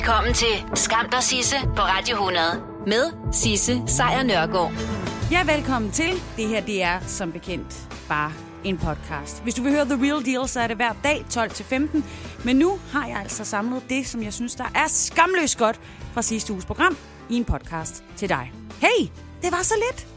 Velkommen til Skam dig Sisse på Radio 100 med Sisse Sejr Nørgaard. Ja, velkommen til. Det her, det er som bekendt bare en podcast. Hvis du vil høre The Real Deal, så er det hver dag 12-15. Men nu har jeg altså samlet det, som jeg synes, der er skamløst godt fra sidste uges program i en podcast til dig. Hey, det var så lidt.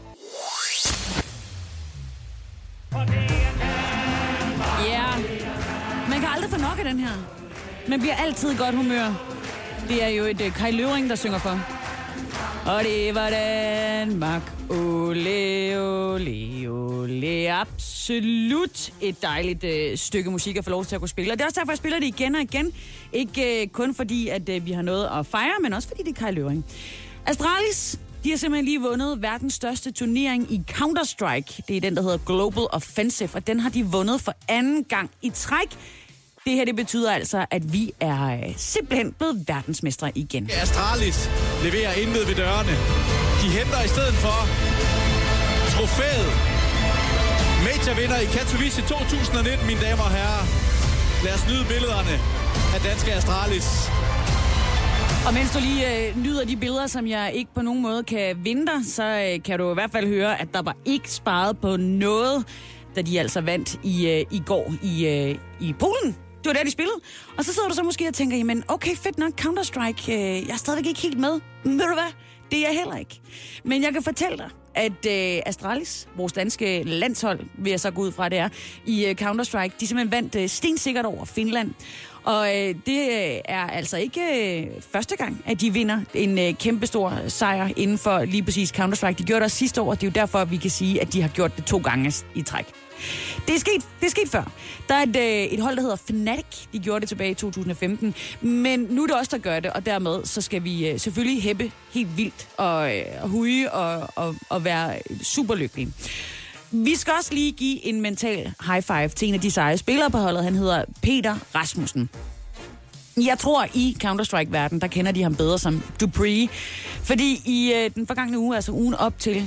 Ja, man kan aldrig få nok af den her. Man bliver altid i godt humør. Det er jo et Kai Løvring, der synger for. Og det var Danmark. Ole, ole, ole. Absolut et dejligt stykke musik at få lov til at kunne spille. Og det er også derfor, jeg spiller det igen og igen. Ikke kun fordi, at vi har noget at fejre, men også fordi det er Kai Løvring. Astralis, de har simpelthen lige vundet verdens største turnering i Counter-Strike. Det er den, der hedder Global Offensive, og den har de vundet for anden gang i træk. Det her, det betyder altså, at vi er simpelthen blevet verdensmestre igen. Astralis leverer intet ved dørene. De henter i stedet for trofæet. Major-vinder i Katowice 2019, mine damer og herrer. Lad os nyde billederne af danske Astralis. Og mens du lige nyder de billeder, som jeg ikke på nogen måde kan vinde dig, så kan du i hvert fald høre, at der var ikke sparet på noget, da de altså vandt i går i Polen. Det var der, de spillede. Og så sidder du så måske og tænker, jamen okay, fedt nok, Counter-Strike, jeg er stadigvæk ikke helt med. Men ved du hvad? Det er jeg heller ikke. Men jeg kan fortælle dig, at Astralis, vores danske landshold, vil jeg så gå ud fra, det er, i Counter-Strike, de simpelthen vandt stensikkert over Finland. Og det er altså ikke første gang, at de vinder en kæmpestor sejr inden for lige præcis Counter-Strike. De gjorde det sidste år, og det er jo derfor, at vi kan sige, at de har gjort det 2 gange i træk. Det er sket før. Der er et hold, der hedder Fnatic. De gjorde det tilbage i 2015. Men nu er det også der gør det, og dermed så skal vi selvfølgelig hæppe helt vildt og huge og være super lykkelige. Vi skal også lige give en mental high five til en af de seje spillere på holdet. Han hedder Peter Rasmussen. Jeg tror, i Counter-Strike-verdenen, der kender de ham bedre som dupreeh. Fordi i den forgangne uge, altså ugen op til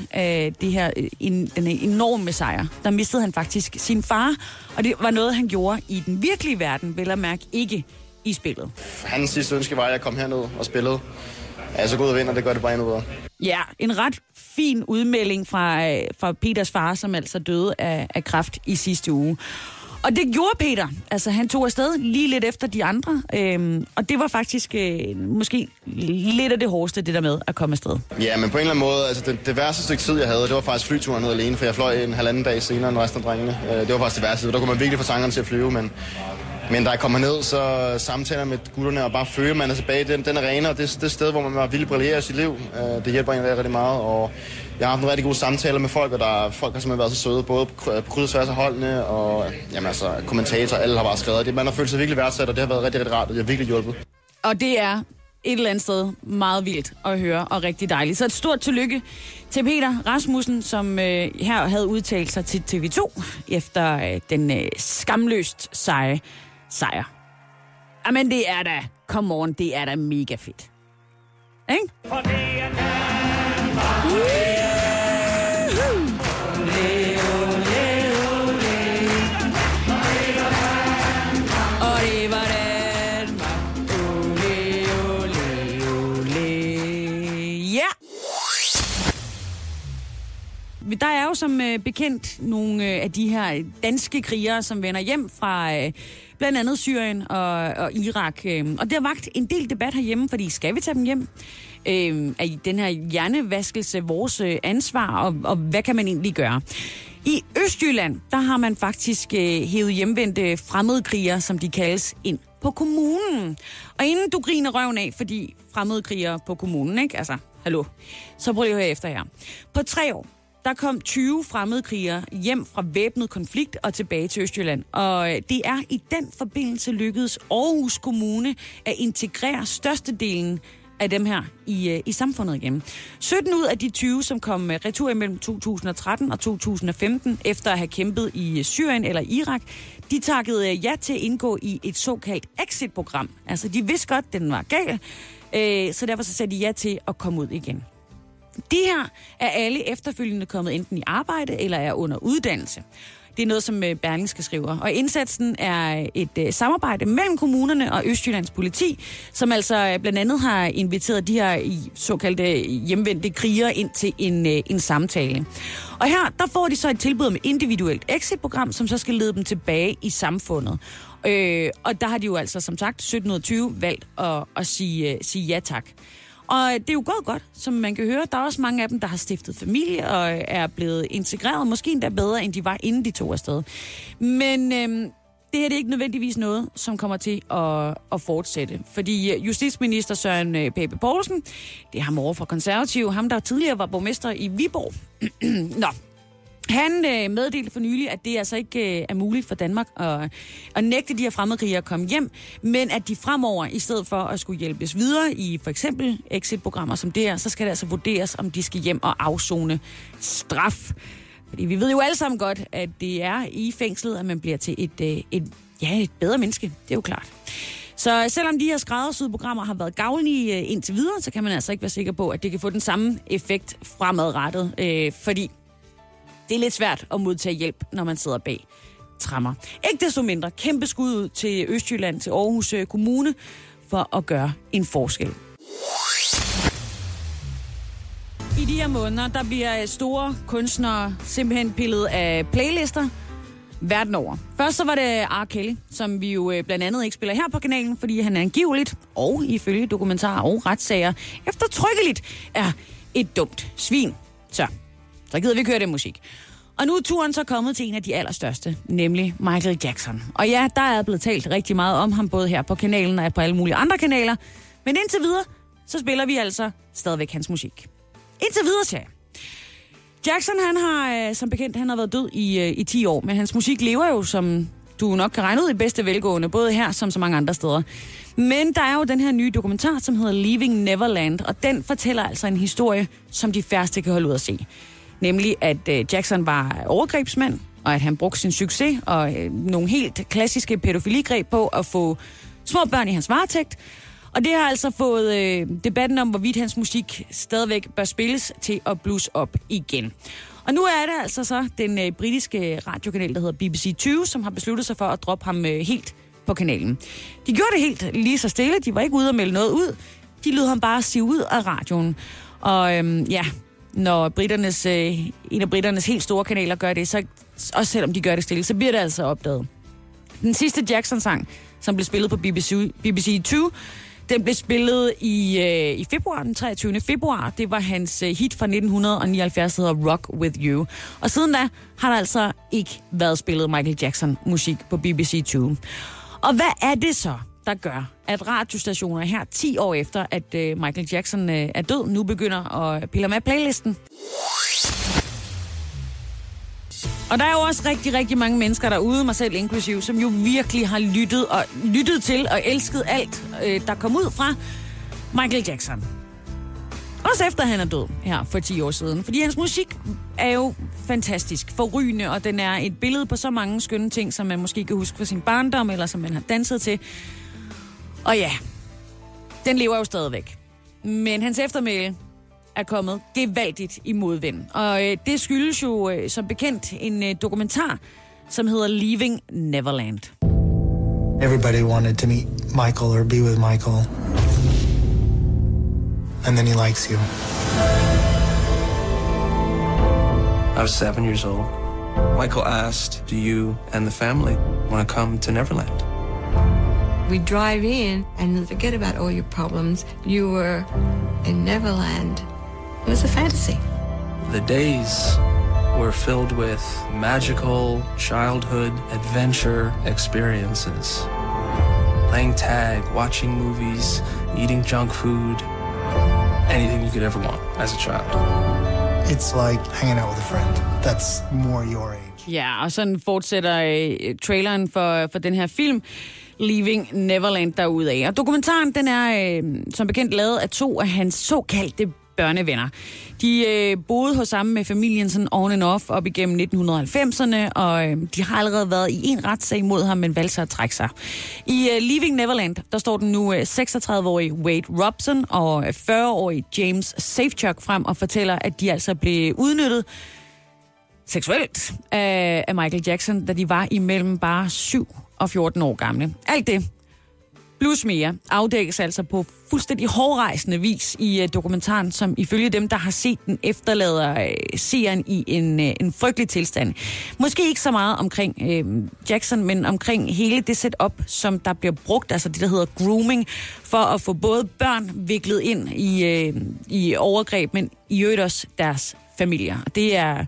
den enorme sejr, der mistede han faktisk sin far. Og det var noget, han gjorde i den virkelige verden, vel at mærke ikke i spillet. Hans sidste ønske var, at jeg kom herned og spillede. Jeg er så god at vinde, og det gør det bare endnu bedre. Ja, en ret fin udmelding fra Peters far, som altså døde af kræft i sidste uge. Og det gjorde Peter. Altså, han tog afsted lige lidt efter de andre. Og det var faktisk måske lidt af det hårdeste, det der med at komme afsted. Ja, men på en eller anden måde, altså det værste stykke tid, jeg havde, det var faktisk flyturen ned alene, for jeg fløj en halvanden dag senere end resten af drengene. Det var faktisk det værste. Der kunne man virkelig få tankerne til at flyve, men da jeg kommer ned, så samtaler med gutterne og bare føler, man er tilbage i den arena, og det sted, hvor man vil brillere i sit liv. Det hjælper en rigtig meget, og jeg har haft nogle rigtig gode samtaler med folk, og folk har simpelthen været så søde, både på kryds og tværs af holdene, og jamen, altså, kommentatorer, alle har bare skrevet det. Man har følt sig virkelig værdsat, og det har været rigtig, rigtig rart, og det har virkelig hjulpet. Og det er et eller andet sted meget vildt at høre, og rigtig dejligt. Så et stort tillykke til Peter Rasmussen, som her havde udtalt sig til TV2, efter den skamløst seje sejr. Jamen det er da, come on, det er da mega fedt. Ikke? For det er og det var Danmark. Ole, ole, ole. Ja! Der er jo som bekendt nogle af de her danske krigere, som vender hjem fra blandt andet Syrien og Irak. Og det har vakt en del debat herhjemme, fordi skal vi tage dem hjem? Er den her hjernevaskelse vores ansvar, og hvad kan man egentlig gøre? I Østjylland, der har man faktisk hævet hjemvendte fremmedkrigere, som de kaldes, ind på kommunen. Og inden du griner røven af, fordi fremmedkrigere på kommunen, ikke? Altså, hallo. Så prøv lige at høre efter her. På 3 år, der kom 20 fremmedkrigere hjem fra væbnet konflikt og tilbage til Østjylland. Og det er i den forbindelse lykkedes Aarhus Kommune at integrere størstedelen af dem her i samfundet igen. 17 ud af de 20, som kom retur imellem 2013 og 2015, efter at have kæmpet i Syrien eller Irak, de takkede ja til at indgå i et såkaldt exit-program. Altså, de vidste godt, at den var gal, så derfor så sagde de ja til at komme ud igen. De her er alle efterfølgende kommet enten i arbejde eller er under uddannelse. Det er noget, som Berlingske skriver. Og indsatsen er et samarbejde mellem kommunerne og Østjyllands politi, som altså blandt andet har inviteret de her såkaldte hjemvendte krigere ind til en samtale. Og her, der får de så et tilbud om et individuelt exit-program, som så skal lede dem tilbage i samfundet. Og der har de jo altså, som sagt, 17 ud af 20 valgt at sige ja tak. Og det er jo gået godt, som man kan høre. Der er også mange af dem, der har stiftet familie og er blevet integreret, måske endda bedre, end de var, inden de tog afsted. Men det her det er ikke nødvendigvis noget, som kommer til at fortsætte. Fordi justitsminister Søren Pape Poulsen, det er ham over fra Konservative, ham der tidligere var borgmester i Viborg. Han meddelte for nylig, at det altså ikke er muligt for Danmark at nægte de her fremmedkrigere at komme hjem, men at de fremover, i stedet for at skulle hjælpes videre i for eksempel exit-programmer som det her, så skal det altså vurderes, om de skal hjem og afsone straf. Fordi vi ved jo alle sammen godt, at det er i fængslet, at man bliver til et bedre menneske. Det er jo klart. Så selvom de her skræddersyede programmer har været gavnlige indtil videre, så kan man altså ikke være sikker på, at det kan få den samme effekt fremadrettet, fordi det er lidt svært at modtage hjælp, når man sidder bag tremmer. Ikke desto mindre kæmpe skud ud til Østjylland, til Aarhus Kommune, for at gøre en forskel. I de her måneder, der bliver store kunstnere simpelthen pillet af playlister verden over. Først så var det R. Kelly, som vi jo blandt andet ikke spiller her på kanalen, fordi han angiveligt, og ifølge dokumentarer og retssager, eftertrykkeligt er et dumt svin. Så gider vi køre den musik. Og nu er turen så kommet til en af de allerstørste, nemlig Michael Jackson. Og ja, der er blevet talt rigtig meget om ham, både her på kanalen og på alle mulige andre kanaler. Men indtil videre, så spiller vi altså stadigvæk hans musik. Indtil videre, siger jeg. Jackson, han har som bekendt, han har været død i 10 år, men hans musik lever jo, som du nok kan regne ud, i bedste velgående, både her som så mange andre steder. Men der er jo den her nye dokumentar, som hedder Leaving Neverland, og den fortæller altså en historie, som de færreste kan holde ud at se. Nemlig, at Jackson var overgrebsmand, og at han brugte sin succes og nogle helt klassiske pædofiligreb på at få små børn i hans varetægt. Og det har altså fået debatten om, hvorvidt hans musik stadigvæk bør spilles til at blusse op igen. Og nu er det altså så den britiske radiokanal, der hedder BBC 2, som har besluttet sig for at droppe ham helt på kanalen. De gjorde det helt lige så stille. De var ikke ude at melde noget ud. De lod ham bare sive ud af radioen. Og når en af britternes helt store kanaler gør det, så også selvom de gør det stille, så bliver det altså opdaget. Den sidste Jackson-sang, som blev spillet på BBC 2, den blev spillet i februar, den 23. februar. Det var hans hit fra 1979, der hedder Rock With You. Og siden da har der altså ikke været spillet Michael Jackson-musik på BBC 2. Og hvad er det så, der gør, at radiostationer her 10 år efter, at Michael Jackson er død, nu begynder at pille med playlisten? Og der er jo også rigtig, rigtig mange mennesker derude, mig selv inklusiv, som jo virkelig har lyttet til og elsket alt, der kom ud fra Michael Jackson. Også efter han er død her for 10 år siden. Fordi hans musik er jo fantastisk, forrygende, og den er et billede på så mange skønne ting, som man måske kan huske fra sin barndom, eller som man har danset til. Og ja, den lever jo stadigvæk. Men hans eftermæle er kommet gevaldigt i modvind. Og det skyldes jo som bekendt en dokumentar, som hedder Leaving Neverland. Everybody wanted to meet Michael or be with Michael. And then he likes you. I was 7 years old. Michael asked, do you and the family want to come to Neverland? We drive in and forget about all your problems. You were in Neverland. It was a fantasy. The days were filled with magical childhood adventure experiences. Playing tag, watching movies, eating junk food. Anything you could ever want as a child. It's like hanging out with a friend. That's more your age. Ja, og sådan fortsætter traileren for den her film, Leaving Neverland, derudaf. Og dokumentaren, den er som bekendt lavet af 2 af hans såkaldte børnevenner. De boede hos sammen med familien sådan on and off op igennem 1990'erne, og de har allerede været i en retssag imod ham, men valgte sig at trække sig. I Leaving Neverland, der står den nu 36-årige Wade Robson og 40-årige James Safechuck frem og fortæller, at de altså blev udnyttet seksuelt af Michael Jackson, da de var imellem bare 7 og 14 år gamle. Alt det plus mere afdækkes altså på fuldstændig hårdrejsende vis i dokumentaren, som ifølge dem, der har set den, efterlader seeren i en frygtelig tilstand. Måske ikke så meget omkring Jackson, men omkring hele det setup, som der bliver brugt, altså det, der hedder grooming, for at få både børn viklet ind i overgreb, men i øvrigt også deres familier. Det er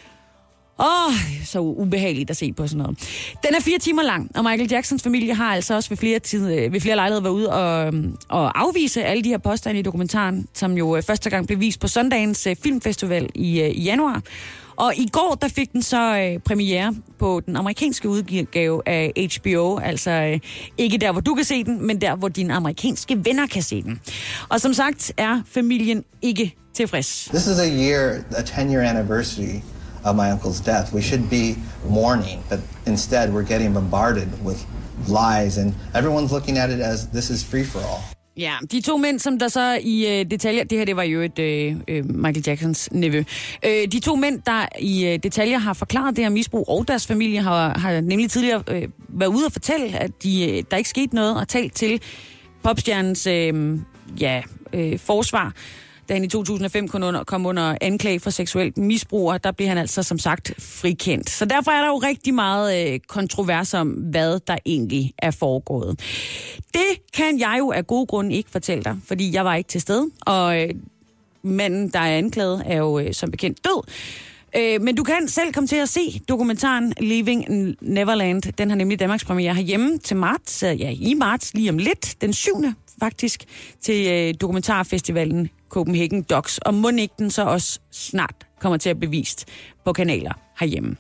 så ubehageligt at se på sådan noget. Den er 4 timer lang, og Michael Jacksons familie har altså også ved flere lejligheder været ude og afvise alle de her påstande i dokumentaren, som jo første gang blev vist på Sundance Filmfestival i januar. Og i går, der fik den så premiere på den amerikanske udgave af HBO, altså ikke der, hvor du kan se den, men der, hvor dine amerikanske venner kan se den. Og som sagt er familien ikke tilfreds. This is a 10-year anniversary of my uncle's death. We should be mourning, but instead we're getting bombarded with lies, and everyone's looking at it as this is free for all. Ja, de 2 mænd, som der så i detaljer, det her det var jo Michael Jacksons nevø, de 2 mænd, der i detaljer har forklaret det her misbrug, og deres familie har nemlig tidligere været ude og fortælle, at der ikke skete noget, og talt til popstjernens forsvar, da han i 2005 kom under anklage for seksuelt misbrug, og der blev han altså som sagt frikendt. Så derfor er der jo rigtig meget kontrovers om, hvad der egentlig er foregået. Det kan jeg jo af gode grunde ikke fortælle dig, fordi jeg var ikke til stede, og manden, der er anklaget, er jo som bekendt død. Men du kan selv komme til at se dokumentaren Leaving Neverland. Den har nemlig Danmarks premiere herhjemme til marts, i marts, lige om lidt, den 7. faktisk, til dokumentarfestivalen Copenhagen Docs, og mon ikke den så også snart kommer til at blive vist på kanaler herhjemme.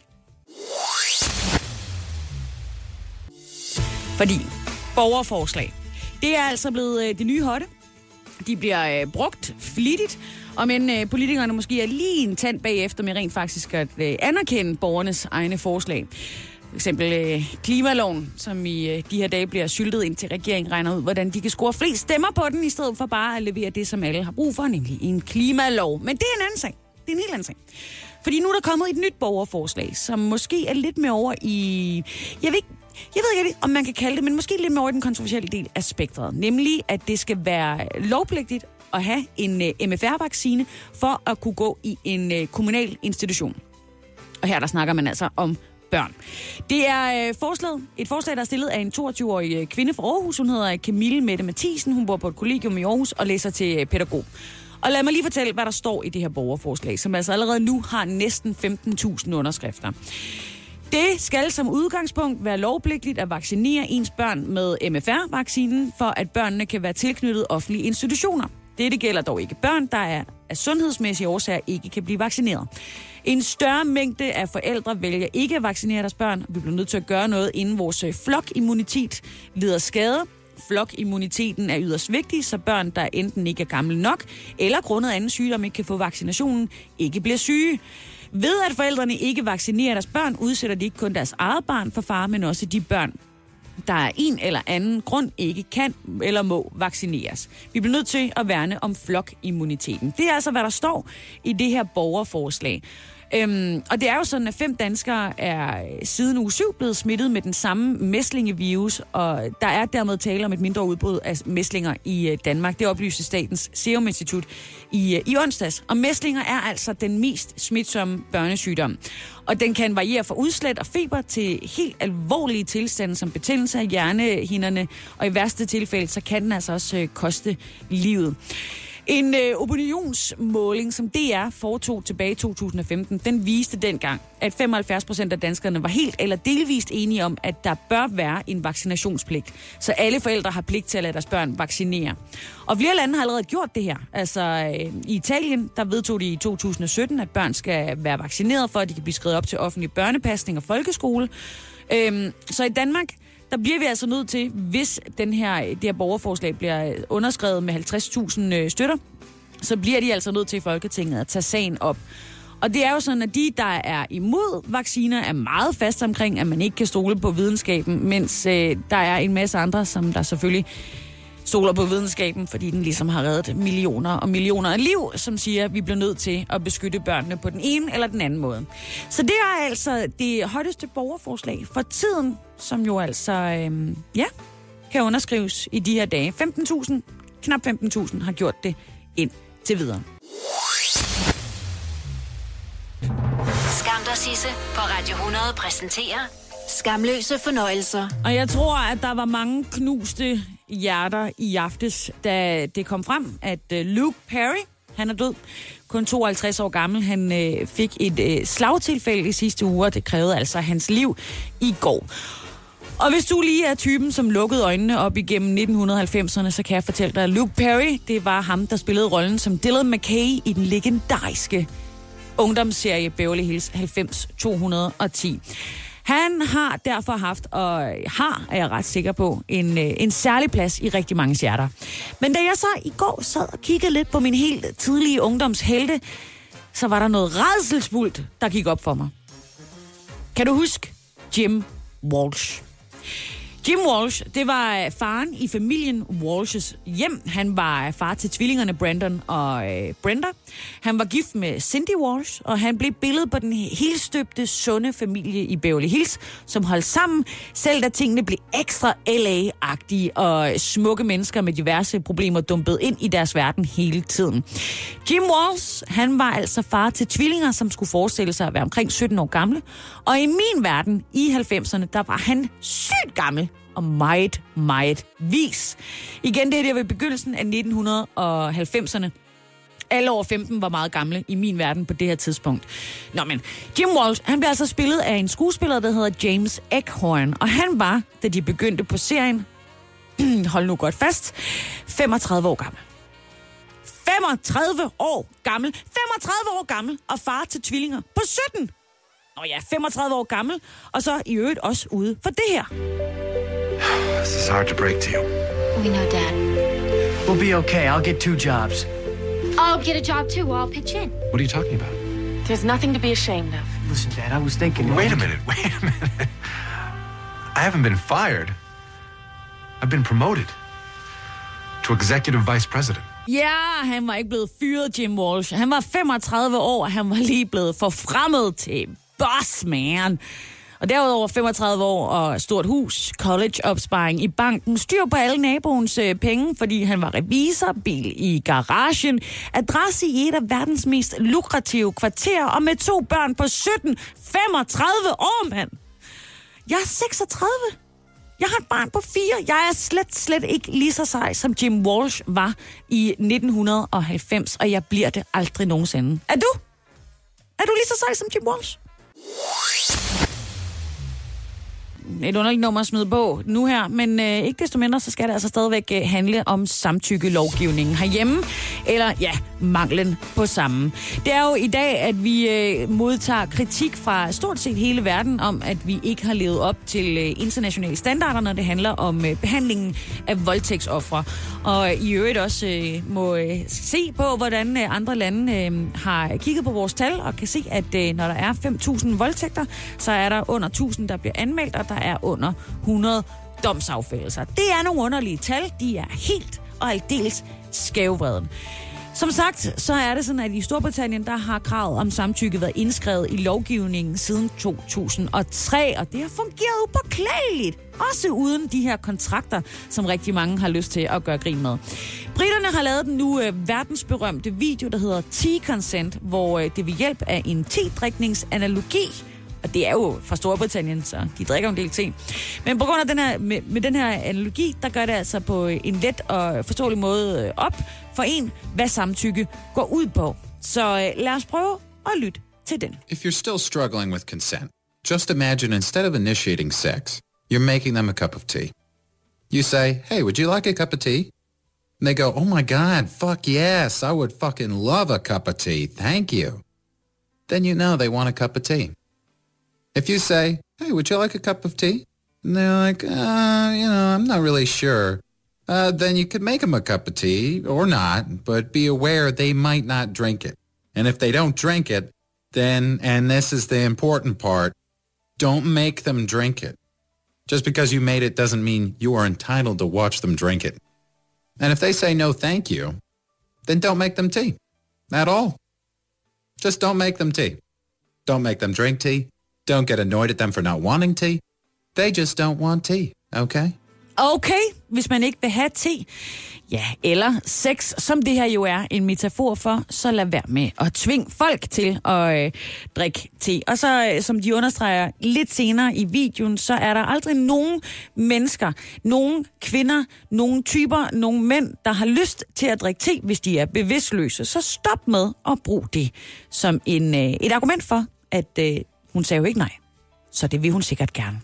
Fordi borgerforslag, det er altså blevet det nye hotte. De bliver brugt flittigt, og men politikerne måske er lige en tand bagefter med rent faktisk at anerkende borgernes egne forslag. For eksempel klimaloven, som i de her dage bliver syltet ind til regeringen, regner ud, hvordan de kan score flest stemmer på den, i stedet for bare at levere det, som alle har brug for, nemlig en klimalov. Men det er en anden sag. Det er en helt anden sag. Fordi nu er der kommet et nyt borgerforslag, som måske er lidt mere over i... Jeg ved ikke, om man kan kalde det, men måske lidt mere over i den kontroversielle del af spektret. Nemlig, at det skal være lovpligtigt at have en MFR-vaccine for at kunne gå i en kommunal institution. Og her der snakker man altså om børn. Det er et forslag, der er stillet af en 22-årig kvinde fra Aarhus. Hun hedder Camille Mette Mathisen. Hun bor på et kollegium i Aarhus og læser til pædagog. Og lad mig lige fortælle, hvad der står i det her borgerforslag, som altså allerede nu har næsten 15.000 underskrifter. Det skal som udgangspunkt være lovpligtigt at vaccinere ens børn med MFR-vaccinen, for at børnene kan være tilknyttet offentlige institutioner. Dette gælder dog ikke børn, der af sundhedsmæssige årsager ikke kan blive vaccineret. En større mængde af forældre vælger ikke at vaccinere deres børn. Vi bliver nødt til at gøre noget, inden vores flokimmunitet lider skade. Flokimmuniteten er yderst vigtig, så børn, der enten ikke er gamle nok, eller grundet anden sygdom ikke kan få vaccinationen, ikke bliver syge. Ved at forældrene ikke vaccinerer deres børn, udsætter de ikke kun deres eget barn for fare, men også de børn, der af en eller anden grund ikke kan eller må vaccineres. Vi bliver nødt til at værne om flokimmuniteten. Det er altså, hvad der står i det her borgerforslag. Og det er jo sådan, at 5 danskere er siden uge 7 blevet smittet med den samme mæslingevirus, og der er dermed tale om et mindre udbrud af mæslinger i Danmark. Det oplyste Statens Serum Institut i onsdags. Og mæslinger er altså den mest smitsomme børnesygdom. Og den kan variere fra udslæt og feber til helt alvorlige tilstande som betændelse af hjernehinderne, og i værste tilfælde, så kan den altså også koste livet. En opinionsmåling, som DR foretog tilbage i 2015, den viste dengang, at 75% af danskerne var helt eller delvist enige om, at der bør være en vaccinationspligt. Så alle forældre har pligt til at lade deres børn vaccinere. Og flere lande har allerede gjort det her. Altså i Italien, der vedtog de i 2017, at børn skal være vaccineret, for at de kan blive skrevet op til offentlig børnepasning og folkeskole. Så i Danmark, der bliver vi altså nødt til, hvis det her borgerforslag bliver underskrevet med 50.000 støtter, så bliver de altså nødt til i Folketinget at tage sagen op. Og det er jo sådan, at de, der er imod vacciner, er meget fast omkring, at man ikke kan stole på videnskaben, mens der er en masse andre, som der selvfølgelig stoler på videnskaben, fordi den ligesom har reddet millioner og millioner af liv, som siger, at vi bliver nødt til at beskytte børnene på den ene eller den anden måde. Så det er altså det højeste borgerforslag for tiden, som jo altså, kan underskrives i de her dage. 15.000, knap 15.000 har gjort det ind til videre. Skam dig, Sisse på Radio 100 præsenterer Skamløse fornøjelser. Og jeg tror, at der var mange knuste hjerter i aftes, da det kom frem, at Luke Perry, han er død, kun 52 år gammel. Han fik et slagtilfælde i sidste uge, og det krævede altså hans liv i går. Og hvis du lige er typen, som lukkede øjnene op igennem 1990'erne, så kan jeg fortælle dig, at Luke Perry, det var ham, der spillede rollen som Dylan McKay i den legendariske ungdomsserie Beverly Hills 90210. Han har derfor haft, og har, er jeg ret sikker på, en særlig plads i rigtig mange hjerter. Men da jeg så i går sad og kiggede lidt på min helt tidlige ungdomshelte, så var der noget rædselsfuldt, der gik op for mig. Kan du huske Jim Walsh? Jim Walsh, det var faren i familien Walshes hjem. Han var far til tvillingerne Brandon og Brenda. Han var gift med Cindy Walsh, og han blev billedet på den helstøbte, sunde familie i Beverly Hills, som holdt sammen, selv da tingene blev ekstra LA-agtige, og smukke mennesker med diverse problemer dumpede ind i deres verden hele tiden. Jim Walsh, han var altså far til tvillinger, som skulle forestille sig at være omkring 17 år gamle, og i min verden i 90'erne, der var han sygt gammel og meget, meget vis. Igen, det her det var i begyndelsen af 1990'erne. Alle over 15 var meget gamle i min verden på det her tidspunkt. Nå, men Jim Walsh, han blev altså spillet af en skuespiller, der hedder James Eckhorn, og han var, da de begyndte på serien, hold nu godt fast, 35 år gammel. 35 år gammel! 35 år gammel og far til tvillinger på 17! Nå ja, 35 år gammel, og så i øvrigt også ude for det her. This is hard to break to you. We know, Dad. We'll be okay. I'll get 2 jobs. I'll get a job too. I'll pitch in. What are you talking about? There's nothing to be ashamed of. Listen, Dad, I was thinking... Wait a minute. I haven't been fired. I've been promoted to executive vice president. Ja, han var ikke blevet fyret, Jim Walsh. Han var 35 år, og han var lige blevet forfremmet til bossman. Og derudover 35 år og stort hus, college-opsparing i banken, styr på alle naboens penge, fordi han var revisor, bil i garagen, adresse i et af verdens mest lukrative kvarterer, og med 2 børn på 17, 35 år, mand. Jeg er 36. Jeg har et barn på 4. Jeg er slet ikke lige så sej, som Jim Walsh var i 1990, og jeg bliver det aldrig nogensinde. Er du? Er du lige så sej som Jim Walsh? Et underligt nummer at smide på nu her, men ikke desto mindre, så skal det altså stadigvæk handle om samtykkelovgivningen herhjemme, eller ja, manglen på samme. Det er jo i dag, at vi modtager kritik fra stort set hele verden om, at vi ikke har levet op til internationale standarder, når det handler om behandlingen af voldtægtsofre. Og i øvrigt også må se på, hvordan andre lande har kigget på vores tal, og kan se, at når der er 5.000 voldtægter, så er der under 1.000, der bliver anmeldt, og der er under 100 domsafgørelser. Det er nogle underlige tal. De er helt og aldeles skævvreden. Som sagt, så er det sådan, at i Storbritannien, der har kravet om samtykke været indskrevet i lovgivningen siden 2003, og det har fungeret upåklageligt. Også uden de her kontrakter, som rigtig mange har lyst til at gøre grin med. Briterne har lavet den nu verdensberømte video, der hedder Tea-Consent, hvor det ved hjælp af en te-drikningsanalogi, og det er jo fra Storbritannien, så de drikker en del te. Men på grund af den her analogi, der gør det altså på en let og forståelig måde op for en, hvad samtykke går ud på. Så lad os prøve at lytte til den. If you're still struggling with consent, just imagine instead of initiating sex, you're making them a cup of tea. You say, hey, would you like a cup of tea? And they go, oh my God, fuck yes, I would fucking love a cup of tea, thank you. Then you know they want a cup of tea. If you say, hey, would you like a cup of tea? And they're like, I'm not really sure. Then you could make them a cup of tea, or not, but be aware they might not drink it. And if they don't drink it, then, and this is the important part, don't make them drink it. Just because you made it doesn't mean you are entitled to watch them drink it. And if they say no thank you, then don't make them tea. At all. Just don't make them tea. Don't make them drink tea. Don't get annoyed at them for not wanting tea. They just don't want tea, okay? Okay, hvis man ikke vil have te, ja, eller sex, som det her jo er en metafor for, så lad være med at tvinge folk til at drikke te. Og så, som de understreger lidt senere i videoen, så er der aldrig nogen mennesker, nogen kvinder, nogen typer, nogen mænd, der har lyst til at drikke te, hvis de er bevidstløse. Så stop med at bruge det som et argument for, at hun sagde jo ikke nej. Så det vil hun sikkert gerne.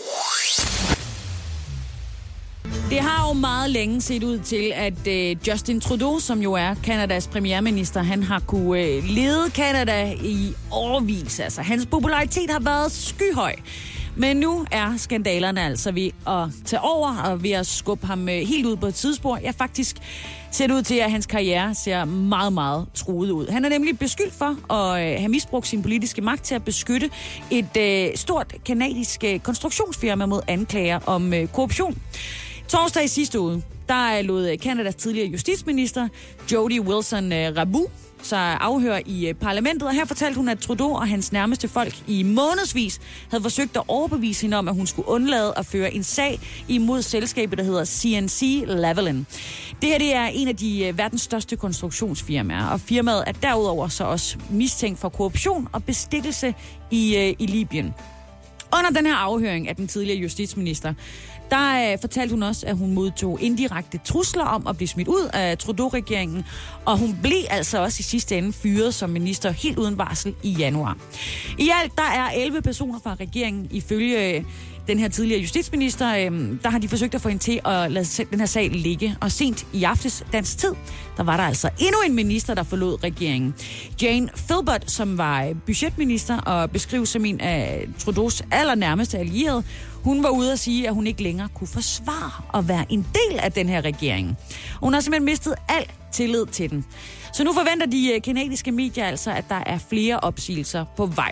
Det har jo meget længe set ud til, at Justin Trudeau, som jo er Kanadas premierminister, han har kunne lede Kanada i årevis. Altså, hans popularitet har været skyhøj. Men nu er skandalerne altså ved at tage over og ved at skubbe ham helt ud på et sidespor. Ja, faktisk ser det ud til, at hans karriere ser meget, meget truet ud. Han er nemlig beskyldt for at have misbrugt sin politiske magt til at beskytte et stort kanadisk konstruktionsfirma mod anklager om korruption. Torsdag i sidste uge, der lod Kanadas tidligere justitsminister Jody Wilson-Raybould så afhør i parlamentet, og her fortalte hun, at Trudeau og hans nærmeste folk i månedsvis havde forsøgt at overbevise hende om, at hun skulle undlade at føre en sag imod selskabet, der hedder CNC-Lavalin. Det her det er en af de verdens største konstruktionsfirmaer, og firmaet er derudover så også mistænkt for korruption og bestikkelse i Libyen. Under den her afhøring af den tidligere justitsminister, der fortalte hun også, at hun modtog indirekte trusler om at blive smidt ud af Trudeau-regeringen, og hun blev altså også i sidste ende fyret som minister helt uden varsel i januar. I alt der er 11 personer fra regeringen ifølge den her tidligere justitsminister, der har de forsøgt at få hende til at lade den her sag ligge. Og sent i aftes dansk tid, der var der altså endnu en minister, der forlod regeringen. Jane Philpott, som var budgetminister og beskrives som en af Trudeaus allernærmeste allierede, hun var ude at sige, at hun ikke længere kunne forsvare at være en del af den her regering. Hun har simpelthen mistet al tillid til den. Så nu forventer de kanadiske medier altså, at der er flere opsigelser på vej.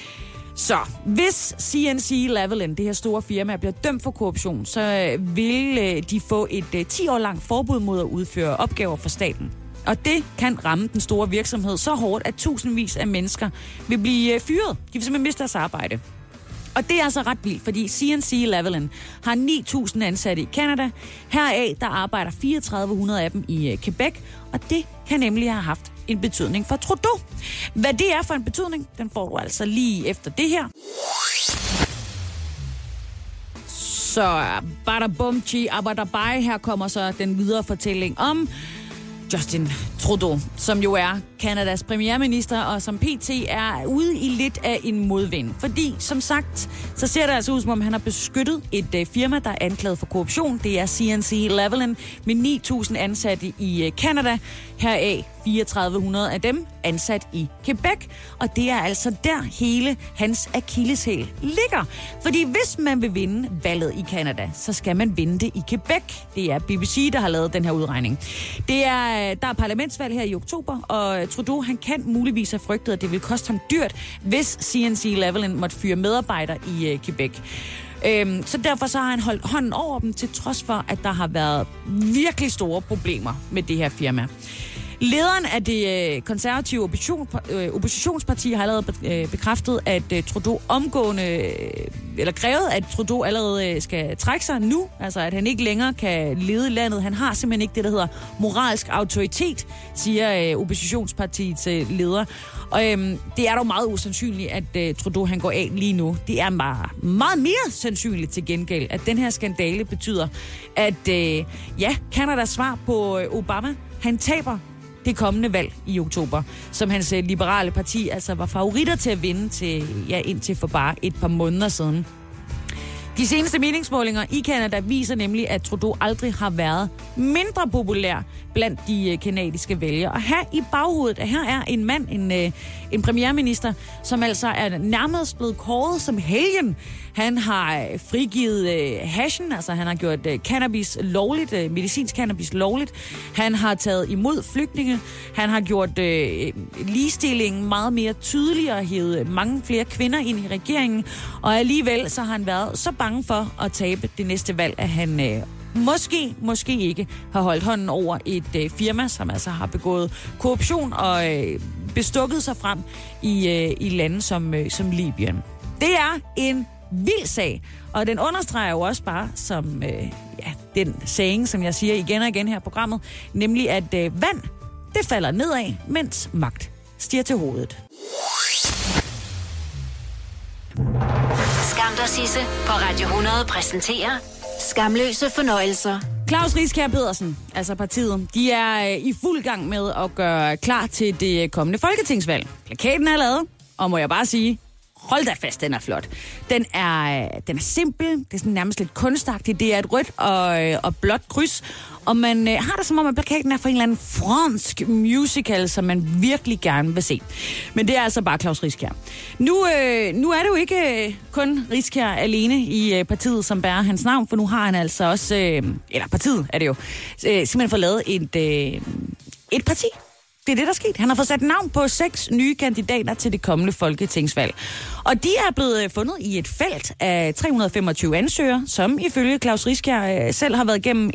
Så hvis CNC-Lavalin, det her store firma, bliver dømt for korruption, så vil de få et 10 år langt forbud mod at udføre opgaver for staten. Og det kan ramme den store virksomhed så hårdt, at tusindvis af mennesker vil blive fyret. De vil simpelthen miste deres arbejde. Og det er altså ret vildt, fordi CNC-Lavalin har 9.000 ansatte i Canada. Heraf der arbejder 3.400 af dem i Quebec, og det kan nemlig have haft en betydning for Trudeau. Hvad det er for en betydning, den får du altså lige efter det her. Så badabumchi abadabai, her kommer så den videre fortælling om Justin Trudeau, som jo er Kanadas premierminister, og som pt. Er ude i lidt af en modvind. Fordi, som sagt, så ser det altså ud, som om han har beskyttet et firma, der er anklaget for korruption. Det er CNC-Lavalin med 9.000 ansatte i Canada. Heraf 3.400 af dem ansat i Quebec. Og det er altså der hele hans akilleshæl ligger. Fordi hvis man vil vinde valget i Canada, så skal man vinde det i Quebec. Det er BBC, der har lavet den her udregning. Der er parlamentsvalg her i oktober, og Trudeau han kan muligvis have frygtet, at det vil koste ham dyrt, hvis CNC-Lavalin måtte fyre medarbejdere i Quebec. Så derfor så har han holdt hånden over dem, til trods for, at der har været virkelig store problemer med det her firma. Lederen af det konservative oppositionsparti har allerede bekræftet, at Trudeau eller krævet, at Trudeau allerede skal trække sig nu, altså at han ikke længere kan lede landet. Han har simpelthen ikke det, der hedder moralsk autoritet, siger oppositionspartiets leder. Og det er dog meget usandsynligt, at Trudeau han går af lige nu. Det er meget mere sandsynligt til gengæld, at den her skandale betyder, at Kanadas svar på Obama, han taber det kommende valg i oktober, som hans liberale parti altså var favoritter til at vinde indtil for bare et par måneder siden. De seneste meningsmålinger i Canada viser nemlig, at Trudeau aldrig har været mindre populær blandt de kanadiske vælgere. Og her i baghovedet, at her er en mand, en premierminister, som altså er nærmest blevet kåret som helgen. Han har frigivet hashen, altså han har gjort cannabis lovligt, medicinsk cannabis lovligt. Han har taget imod flygtninge. Han har gjort ligestillingen meget mere tydelig og hævet mange flere kvinder ind i regeringen. Og alligevel så har han været så bange for at tabe det næste valg, at han måske ikke har holdt hånden over et firma, som altså har begået korruption og bestukket sig frem i lande som Libyen. Det er en vild sag, og den understreger jo også bare som den saying, som jeg siger igen og igen her i programmet, nemlig at vand, det falder nedad, mens magt stiger til hovedet. Skam dig, Sisse på Radio 100 præsenterer Skamløse fornøjelser. Claus Riskær Pedersen, altså partiet, de er i fuld gang med at gøre klar til det kommende folketingsvalg. Plakaten er lavet, og må jeg bare sige, hold da fast, den er flot. Den er simpel, det er sådan nærmest lidt kunstagtigt. Det er et rødt og blåt kryds, og man har det som om, at plakaten er for en eller anden fransk musical, som man virkelig gerne vil se. Men det er altså bare Claus Riskær. Nu er det jo ikke kun Riskær alene i partiet, som bærer hans navn, for nu har han altså også, eller partiet er det jo, simpelthen fået lavet et parti. Det er det, der er sket. Han har fået sat navn på 6 nye kandidater til det kommende folketingsvalg. Og de er blevet fundet i et felt af 325 ansøgere, som ifølge Claus Riskær selv har været igennem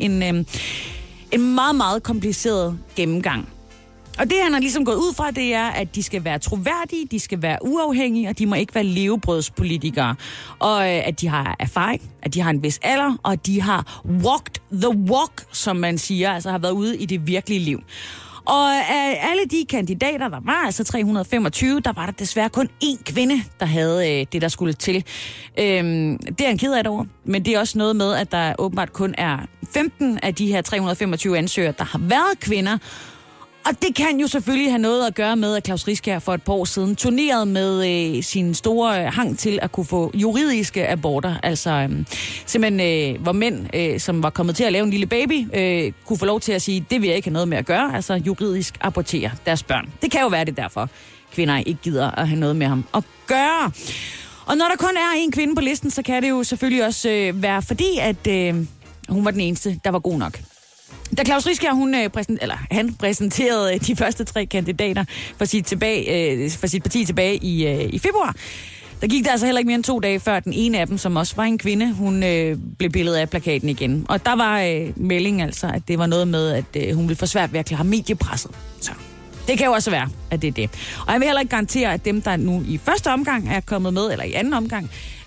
en meget, meget kompliceret gennemgang. Og det, han har ligesom gået ud fra, det er, at de skal være troværdige, de skal være uafhængige, og de må ikke være levebrødspolitikere. Og at de har erfaring, at de har en vis alder, og de har walked the walk, som man siger, altså har været ude i det virkelige liv. Og af alle de kandidater, der var, altså 325, der var der desværre kun én kvinde, der havde det, der skulle til. Det er en ked af det over, men det er også noget med, at der åbenbart kun er 15 af de her 325 ansøgere, der har været kvinder. Og det kan jo selvfølgelig have noget at gøre med, at Claus Riskær for et par år siden turnerede med sin store hang til at kunne få juridiske aborter. Altså simpelthen, hvor mænd, som var kommet til at lave en lille baby, kunne få lov til at sige, det vil jeg ikke have noget med at gøre, altså juridisk abortere deres børn. Det kan jo være det derfor, kvinder ikke gider at have noget med ham at gøre. Og når der kun er en kvinde på listen, så kan det jo selvfølgelig også være fordi, at hun var den eneste, der var god nok. Da Claus Riskær, han præsenterede de første 3 kandidater for sit parti tilbage i februar, der gik der altså heller ikke mere end 2 dage før den ene af dem, som også var en kvinde, hun blev billedet af plakaten igen. Og der var meldingen altså, at det var noget med, at hun ville få svært ved at klare mediepresset. Så det kan jo også være, at det er det. Og jeg vil heller ikke garantere, at dem, der nu i første omgang er kommet med, eller i anden omgang,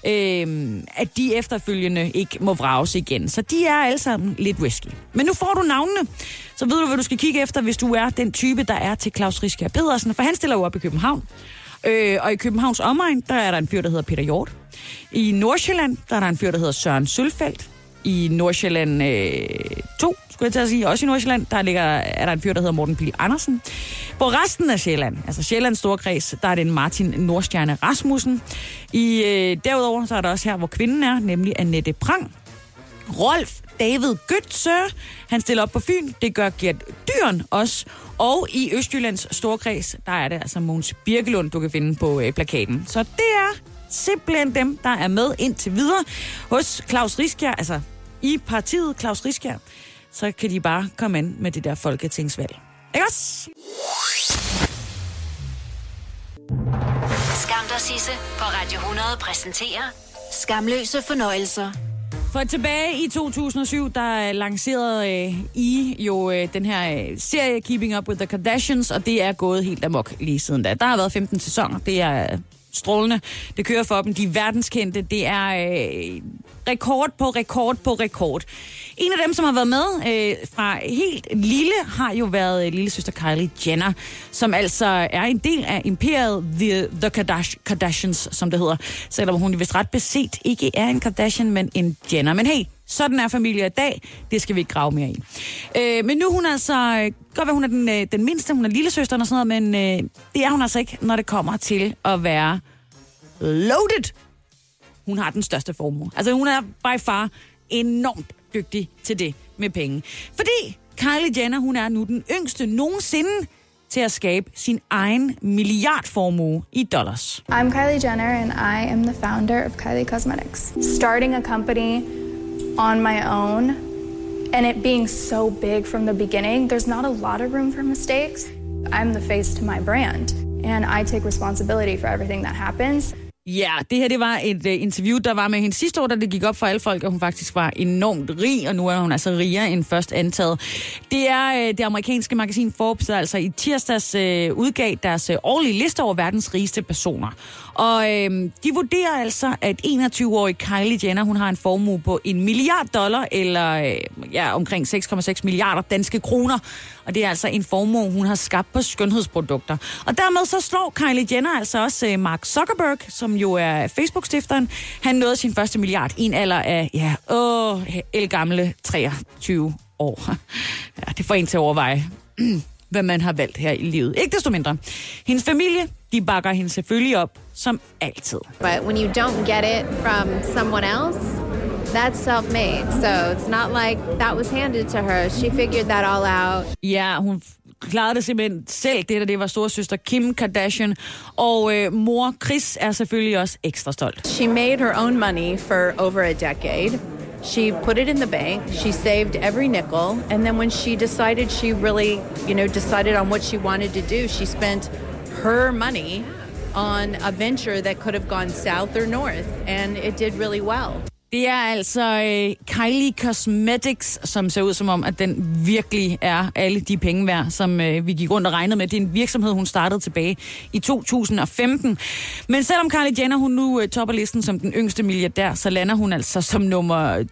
at de efterfølgende ikke må vrages igen. Så de er alle sammen lidt risky. Men nu får du navnene, så ved du, hvad du skal kigge efter, hvis du er den type, der er til Claus Riskær Pedersen. For han stiller jo op i København. Og i Københavns omegn, der er der en fyr, der hedder Peter Hjort. I Nordsjælland, der er der en fyr, der hedder Søren Sølfeldt. I Nordsjælland 2, skulle jeg til at sige, også i Nordsjælland, er der en fyr, der hedder Morten Pihl Andersen. På resten af Sjælland, altså Sjællands Storkreds, der er det en Martin Nordstjerne Rasmussen. Derudover så er der også her, hvor kvinden er, nemlig Annette Prang. Rolf David Götze, han stiller op på Fyn, det gør Gert Dyren også. Og i Østjyllands Storkreds, der er det altså Mogens Birkelund, du kan finde på plakaten. Så det er simpelthen dem, der er med indtil videre hos Claus Riskær, altså i partiet Claus Riskær. Så kan de bare komme ind med det der folketingsvalg. Ikke også? Skam dig, Sisse på Radio 100 præsenterer Skamløse fornøjelser. For tilbage i 2007, der lancerede I jo den her serie Keeping Up with the Kardashians, og det er gået helt amok lige siden da. Der har været 15 sæsoner, det er strålende. Det kører for dem, de er verdenskendte, det er rekord på rekord på rekord. En af dem, som har været med fra helt lille, har jo været lille søster Kylie Jenner, som altså er en del af imperiet The Kardashians, som det hedder. Selvom hun vist ret beset ikke er en Kardashian, men en Jenner. Men hey, sådan er familie i dag. Det skal vi ikke grave mere i. Men nu hun altså, godt være hun er den mindste, hun er lille søsteren og sådan noget, men det er hun altså ikke, når det kommer til at være loaded. Hun har den største formue. Altså hun er by far enormt dygtig til det med penge. Fordi Kylie Jenner, hun er nu den yngste nogensinde til at skabe sin egen milliardformue i dollars. I'm Kylie Jenner and I am the founder of Kylie Cosmetics. Starting a company on my own and it being so big from the beginning, there's not a lot of room for mistakes. I'm the face to my brand and I take responsibility for everything that happens. Ja, det her det var et interview, der var med hende sidste år, da det gik op for alle folk, at hun faktisk var enormt rig, og nu er hun altså rigere end først antaget. Det er det amerikanske magasin Forbes, der altså i tirsdags udgav deres årlige liste over verdens rigeste personer. Og de vurderer altså, at 21-årige Kylie Jenner, hun har en formue på $1 milliard, eller omkring 6,6 milliarder danske kroner. Og det er altså en formue, hun har skabt på skønhedsprodukter. Og dermed så slår Kylie Jenner altså også Mark Zuckerberg, som jo er Facebook-stifteren. Han nåede sin første milliard i en alder af, ældgamle 23 år. Ja, det får en til at overveje, hvad man har valgt her i livet. Ikke desto mindre. Hendes familie, de bakker hende selvfølgelig op, som altid. But when you don't get it from someone else, that's self-made. So it's not like that was handed to her. She figured that all out. Ja, hun klarede det simpelthen selv. Det var storesøster Kim Kardashian. Og mor Kris er selvfølgelig også ekstra stolt. She made her own money for over a decade. She put it in the bank. She saved every nickel. And then when she decided she really, decided on what she wanted to do, she spent her money on a venture that could have gone south or north. And it did really well. Det er altså Kylie Cosmetics, som ser ud som om, at den virkelig er alle de penge værd, som vi gik rundt og regnede med. Det er en virksomhed, hun startede tilbage i 2015. Men selvom Kylie Jenner, hun nu topper listen som den yngste milliardær, så lander hun altså som nummer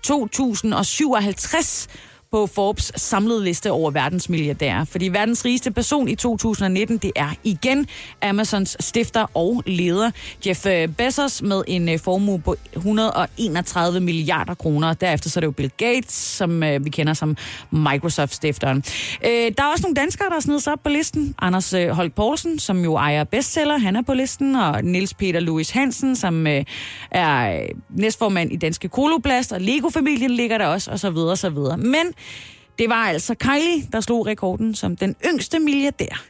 2057 på Forbes samlede liste over verdens milliardærer. Fordi verdens rigeste person i 2019, det er igen Amazons stifter og leder, Jeff Bezos, med en formue på 131 milliarder kroner. Derefter så er det jo Bill Gates, som vi kender som Microsoft-stifteren. Der er også nogle danskere, der er snedet sig op på listen. Anders Holk Poulsen, som jo ejer bestseller, han er på listen, og Niels Peter Louis Hansen, som er næstformand i Danske Koloplast, og Lego-familien ligger der også, og så videre, så videre. Men det var altså Kylie, der slog rekorden som den yngste milliardær.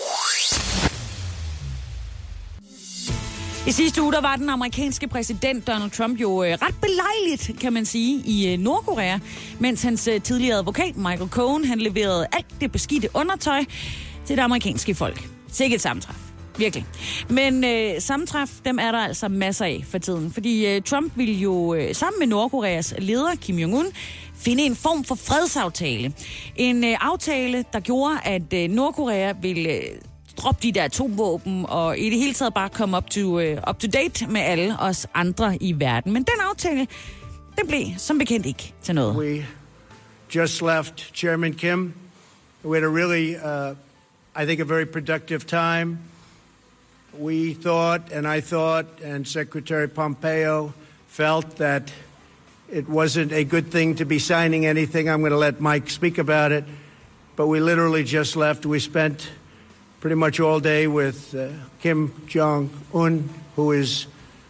I sidste uge, der var den amerikanske præsident Donald Trump jo ret belejligt, kan man sige, i Nordkorea, mens hans tidligere advokat Michael Cohen, han leverede alt det beskidte undertøj til det amerikanske folk. Sikkert sammentræf. Virkelig. Men sammentræf, dem er der altså masser af for tiden. Fordi Trump ville jo sammen med Nordkoreas leder Kim Jong-un finde en form for fredsaftale. En aftale, der gjorde, at Nordkorea ville droppe de der atomvåben og i det hele taget bare komme up to date med alle os andre i verden. Men den aftale, den blev som bekendt ikke til noget. We just left Chairman Kim. We had a really, I think, a very productive time. We thought, and Secretary Pompeo felt that it wasn't a good thing to be signing anything. I'm going to let Mike speak about it. But we literally just left. We spent pretty much all day with Kim Jong-un, who is,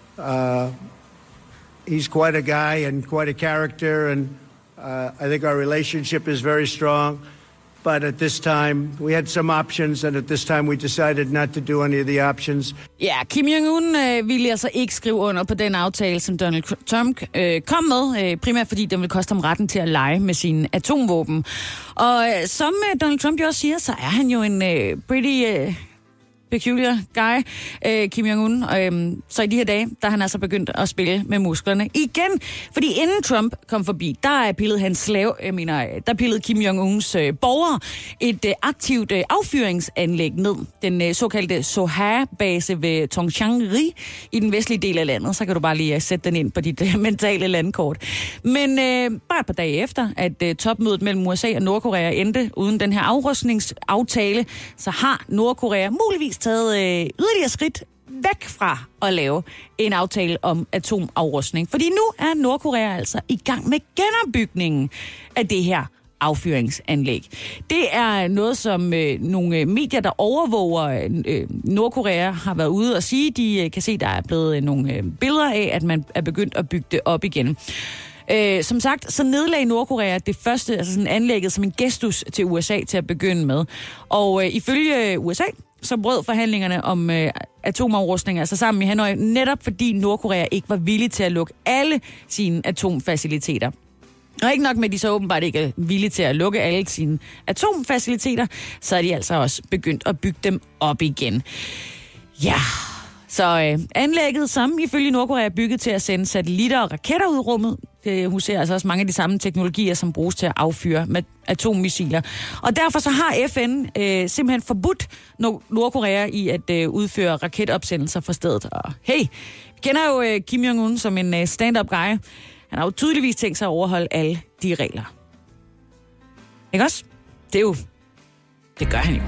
he's quite a guy and quite a character, and I think our relationship is very strong. But at this time, we had some options, and at this time we decided not to do any of the options. Ja, Kim Jong-un ville altså ikke skrive under på den aftale, som Donald Trump kom med, primært fordi den ville koste ham retten til at lege med sine atomvåben. Og som Donald Trump jo også siger, så er han jo en pretty peculiar guy, Kim Jong-un. Så i de her dage, der er han altså begyndt at spille med musklerne igen. Fordi inden Trump kom forbi, der pillede Kim Jong-uns borgere et aktivt affyringsanlæg ned. Den såkaldte Soha-base ved Tongchang-ri i den vestlige del af landet. Så kan du bare lige sætte den ind på dit mentale landkort. Men bare et par dage efter, at topmødet mellem USA og Nordkorea endte uden den her afrustningsaftale, så har Nordkorea muligvis taget yderligere skridt væk fra at lave en aftale om atomafrustning. Fordi nu er Nordkorea altså i gang med genopbygningen af det her affyringsanlæg. Det er noget, som nogle medier, der overvåger Nordkorea, har været ude og sige. De kan se, der er blevet nogle billeder af, at man er begyndt at bygge det op igen. Som sagt, så nedlagde Nordkorea det første, altså sådan anlægget som en gestus til USA til at begynde med. Og ifølge USA, så brød forhandlingerne om atomafrustning altså sammen i Hanoi, netop fordi Nordkorea ikke var villig til at lukke alle sine atomfaciliteter. Og ikke nok med, de så åbenbart ikke er villige til at lukke alle sine atomfaciliteter, så er de altså også begyndt at bygge dem op igen. Ja, Så anlægget, som ifølge Nordkorea er bygget til at sende satellitter og raketter ud i rummet, det huser altså også mange af de samme teknologier, som bruges til at affyre med atommissiler. Og derfor så har FN simpelthen forbudt Nordkorea i at udføre raketopsendelser fra stedet. Og hey, vi kender jo Kim Jong-un som en stand-up guy. Han har jo tydeligvis tænkt sig at overholde alle de regler. Ikke også? Det gør han jo.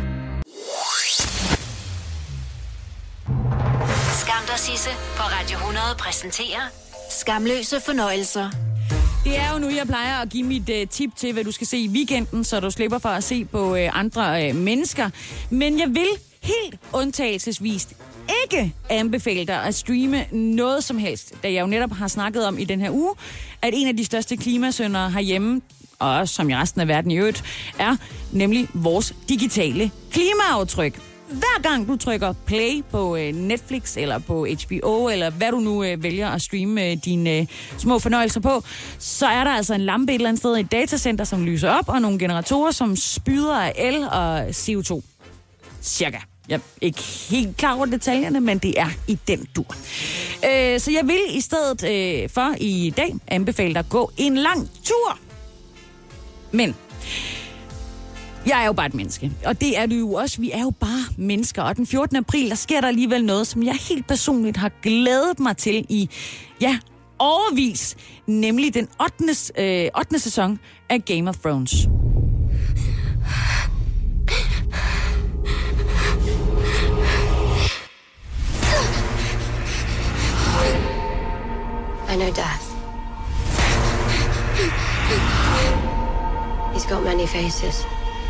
Skam dig, Sisse på Radio 100 præsenterer Skamløse fornøjelser. Det er jo nu, jeg plejer at give mit tip til, hvad du skal se i weekenden, så du slipper for at se på andre mennesker. Men jeg vil helt undtagelsesvist ikke anbefale dig at streame noget som helst, da jeg jo netop har snakket om i den her uge, at en af de største klimasyndere herhjemme, og også som i resten af verden i øvrigt, er nemlig vores digitale klimaaftryk. Hver gang du trykker play på Netflix eller på HBO, eller hvad du nu vælger at streame dine små fornøjelser på, så er der altså en lampe et eller andet sted i et datacenter, som lyser op, og nogle generatorer, som spyder af el og CO2. Cirka. Jeg er ikke helt klar over detaljerne, men det er i den dur. Så jeg vil i stedet for i dag anbefale dig at gå en lang tur. Men jeg er jo bare et menneske, og det er du jo også. Vi er jo bare mennesker, og den 14. april, der sker der alligevel noget, som jeg helt personligt har glædet mig til i, årevis, nemlig den 8. sæson af Game of Thrones. I know death. He's got many faces.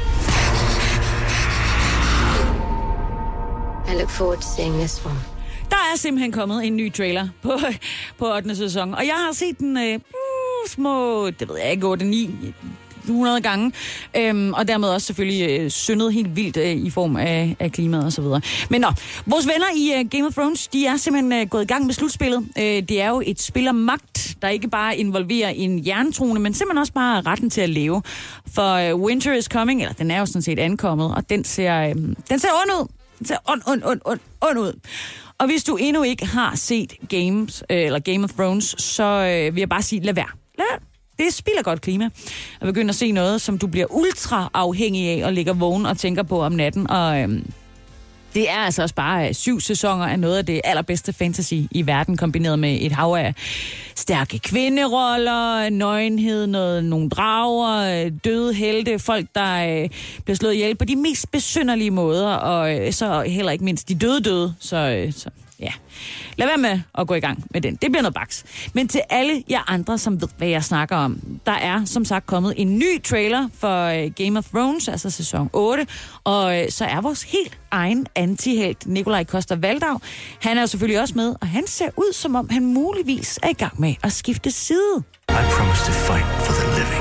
I look forward to seeing this one. Der er simpelthen kommet en ny trailer på 8. sæson, og jeg har set den små, det ved jeg ikke, 8-900 gange, og dermed også selvfølgelig syndet helt vildt i form af klimaet og så videre. Men vores venner i Game of Thrones, de er simpelthen gået i gang med slutspillet. Det er jo et spil om magt, der ikke bare involverer en jerntrone, men simpelthen også bare retten til at leve. For Winter is Coming, eller den er jo sådan set ankommet, og den ser ond ud. Den ser ond ud. Og hvis du endnu ikke har set Game of Thrones, så vil jeg bare sige, lad være. Det spilder godt klima. At begynde at se noget, som du bliver ultra afhængig af, og ligger vågen og tænker på om natten. Og det er altså også bare 7 sæsoner af noget af det allerbedste fantasy i verden, kombineret med et hav af stærke kvinderoller, nøgenhed, nogle drager, døde helte, folk, der bliver slået ihjel på de mest besynderlige måder, og så heller ikke mindst de døde. Så ja, lad være med at gå i gang med den. Det bliver noget baks. Men til alle jer andre, som ved, hvad jeg snakker om, der er som sagt kommet en ny trailer for Game of Thrones, altså sæson 8, og så er vores helt egen antihelt, Nikolaj Coster-Waldau, han er jo selvfølgelig også med, og han ser ud, som om han muligvis er i gang med at skifte side. I promise to fight for the living.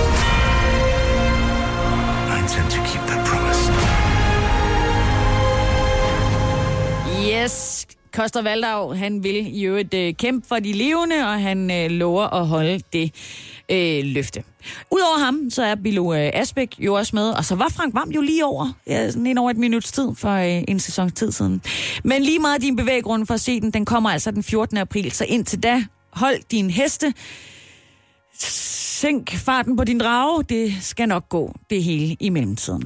I intend to keep that promise. Yes, Coster-Waldau, han vil i øvrigt kæmpe for de levende, og han lover at holde det løfte. Udover ham, så er Bilo Asbæk jo også med, og så var Frank Hvam jo lige over, sådan ind over et minuts tid for en sæsons tid siden. Men lige meget din bevæggrund for at se den kommer altså den 14. april, så indtil da, hold din heste, sænk farten på din drage, det skal nok gå det hele i mellemtiden.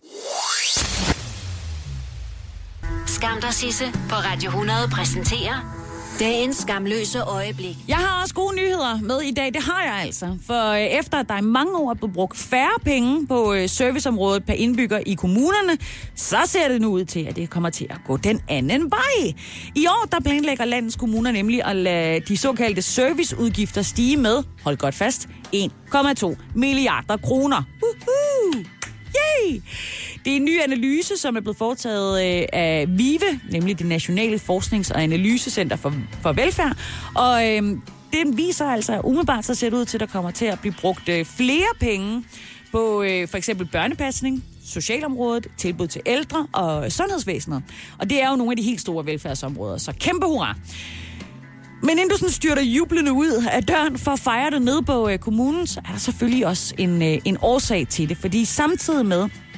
Skam dig, Sisse på Radio 100 præsenterer dagens skamløse øjeblik. Jeg har også gode nyheder med i dag, det har jeg altså. For efter at der i mange år er blevet brugt færre penge på serviceområdet per indbygger i kommunerne, så ser det nu ud til, at det kommer til at gå den anden vej. I år der planlægger landets kommuner nemlig at lade de såkaldte serviceudgifter stige med, hold godt fast, 1,2 milliarder kroner. Yay! Det er en ny analyse, som er blevet foretaget af VIVE, nemlig det Nationale Forsknings- og Analysecenter for Velfærd. Og det viser altså, at umiddelbart så ser det ud til, at der kommer til at blive brugt flere penge på for eksempel børnepasning, socialområdet, tilbud til ældre og sundhedsvæsenet. Og det er jo nogle af de helt store velfærdsområder, så kæmpe hurra! Men inden du sådan styrter jublende ud af døren for at fejre det nede på kommunen, så er der selvfølgelig også en årsag til det. Fordi samtidig med,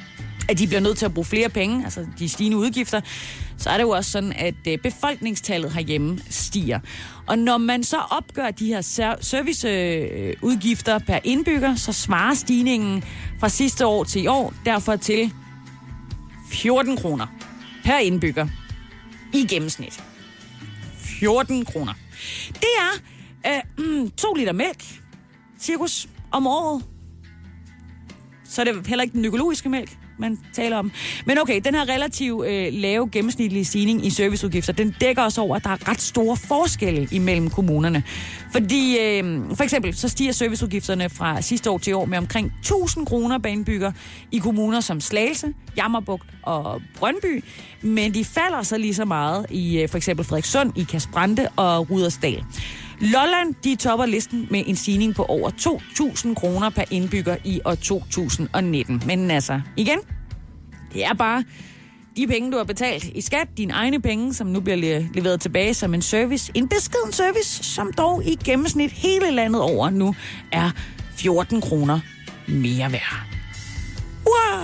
at de bliver nødt til at bruge flere penge, altså de stigende udgifter, så er det jo også sådan, at befolkningstallet herhjemme stiger. Og når man så opgør de her serviceudgifter per indbygger, så svarer stigningen fra sidste år til i år derfor til 14 kroner per indbygger i gennemsnit. 14 kroner. Det er 2 liter mælk, cirkus, om året. Så er det heller ikke den økologiske mælk, man taler om. Men okay, den her relativt lave gennemsnitlige stigning i serviceudgifter, den dækker også over, at der er ret store forskelle imellem kommunerne. Fordi for eksempel, så stiger serviceudgifterne fra sidste år til år med omkring 1.000 kroner per indbygger i kommuner som Slagelse, Jammerbugt og Brøndby. Men de falder så lige så meget i for eksempel Frederikssund, i Ikast-Brande og Rudersdal. Lolland, de topper listen med en stigning på over 2.000 kroner per indbygger i år 2019. Men altså, igen, det er bare de penge, du har betalt i skat, dine egne penge, som nu bliver leveret tilbage som en service. En beskeden service, som dog i gennemsnit hele landet over nu er 14 kroner mere værd. Wow!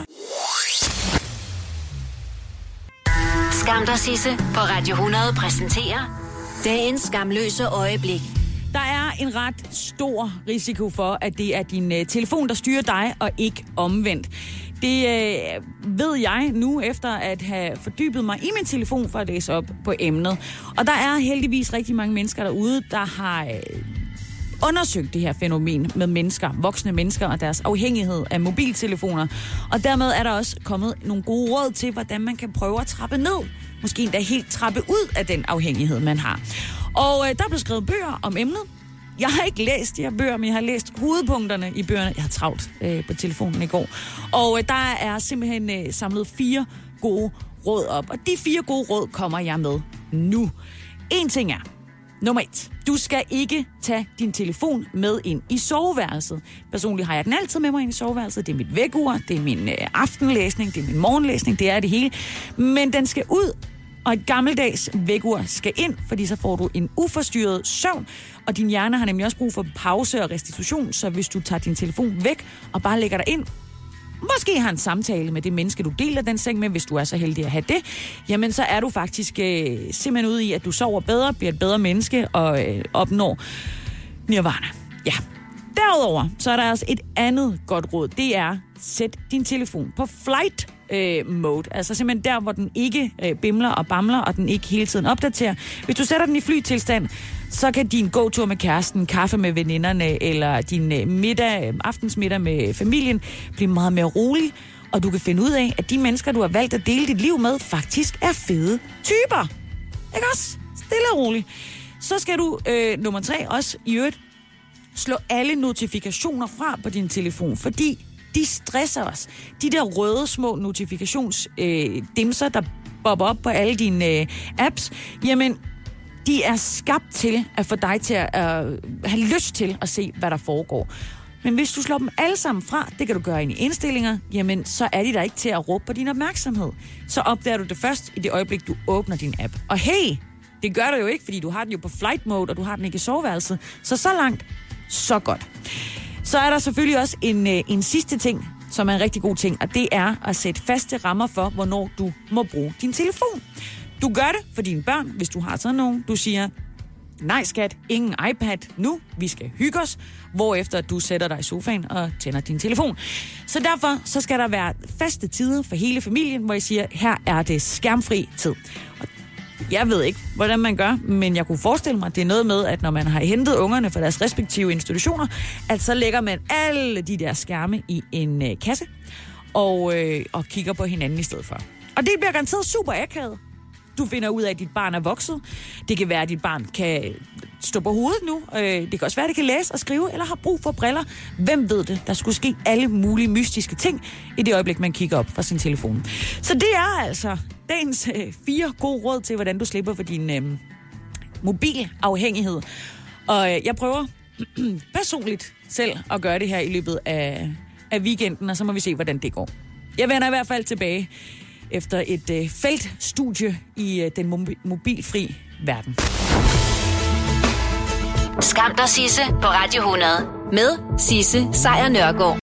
Skam dig, Sisse på Radio 100 præsenterer dagens skamløse øjeblik. Der er en ret stor risiko for, at det er din telefon, der styrer dig, og ikke omvendt. Det ved jeg nu, efter at have fordybet mig i min telefon for at læse op på emnet. Og der er heldigvis rigtig mange mennesker derude, der har undersøgt det her fænomen med mennesker, voksne mennesker og deres afhængighed af mobiltelefoner. Og dermed er der også kommet nogle gode råd til, hvordan man kan prøve at trappe ned. Måske endda helt trappe ud af den afhængighed, man har. Og der blev skrevet bøger om emnet. Jeg har ikke læst de her bøger, men jeg har læst hovedpunkterne i bøgerne. Jeg har travlt på telefonen i går. Og der er simpelthen samlet 4 gode råd op. Og de 4 gode råd kommer jeg med nu. En ting er, nummer 1. Du skal ikke tage din telefon med ind i soveværelset. Personligt har jeg den altid med mig ind i soveværelset. Det er mit vækkeur, det er min aftenlæsning, det er min morgenlæsning, det er det hele. Men den skal ud, og et gammeldags vækkeur skal ind, fordi så får du en uforstyrret søvn. Og din hjerne har nemlig også brug for pause og restitution, så hvis du tager din telefon væk og bare lægger dig ind, måske har en samtale med det menneske, du deler den seng med, hvis du er så heldig at have det, jamen så er du faktisk simpelthen ude i, at du sover bedre, bliver et bedre menneske og opnår nirvana. Ja. Derudover, så er der altså et andet godt råd. Det er, sæt din telefon på flight mode. Altså simpelthen der, hvor den ikke bimler og bamler, og den ikke hele tiden opdaterer. Hvis du sætter den i flytilstand, så kan din gåtur med kæresten, kaffe med veninderne, eller din aftensmiddag med familien blive meget mere rolig, og du kan finde ud af, at de mennesker, du har valgt at dele dit liv med, faktisk er fede typer. Ikke også? Stille og roligt. Så skal du, nummer 3, også i øvrigt, slå alle notifikationer fra på din telefon, fordi de stresser os. De der røde små notifikationsdimser, der bobber op på alle dine apps, jamen, de er skabt til at få dig til at have lyst til at se, hvad der foregår. Men hvis du slår dem alle sammen fra, det kan du gøre ind i indstillinger, jamen, så er de der ikke til at råbe på din opmærksomhed. Så opdager du det først i det øjeblik, du åbner din app. Og hey, det gør du jo ikke, fordi du har den jo på flight mode, og du har den ikke i soveværelset. Så langt, så godt. Så er der selvfølgelig også en sidste ting, som er en rigtig god ting, og det er at sætte faste rammer for, hvornår du må bruge din telefon. Du gør det for dine børn, hvis du har sådan nogen. Du siger, nej skat, ingen iPad nu, vi skal hygge os, hvorefter du sætter dig i sofaen og tænder din telefon. Så derfor så skal der være faste tider for hele familien, hvor jeg siger, her er det skærmfri tid. Og jeg ved ikke, hvordan man gør, men jeg kunne forestille mig, at det er noget med, at når man har hentet ungerne fra deres respektive institutioner, at så lægger man alle de der skærme i en kasse og kigger på hinanden i stedet for. Og det bliver garanteret super akavet. Du finder ud af, at dit barn er vokset. Det kan være, at dit barn kan stå på hovedet nu. Det kan også være, at det kan læse og skrive, eller har brug for briller. Hvem ved det? Der skulle ske alle mulige mystiske ting i det øjeblik, man kigger op fra sin telefon. Så det er altså dagens 4 gode råd til, hvordan du slipper for din mobilafhængighed. Og jeg prøver personligt selv at gøre det her i løbet af weekenden, og så må vi se, hvordan det går. Jeg vender i hvert fald tilbage efter et feltstudie i den mobilfri verden. Skam dig, Sisse på Radio 100 med Sisse Sejr Nørgaard.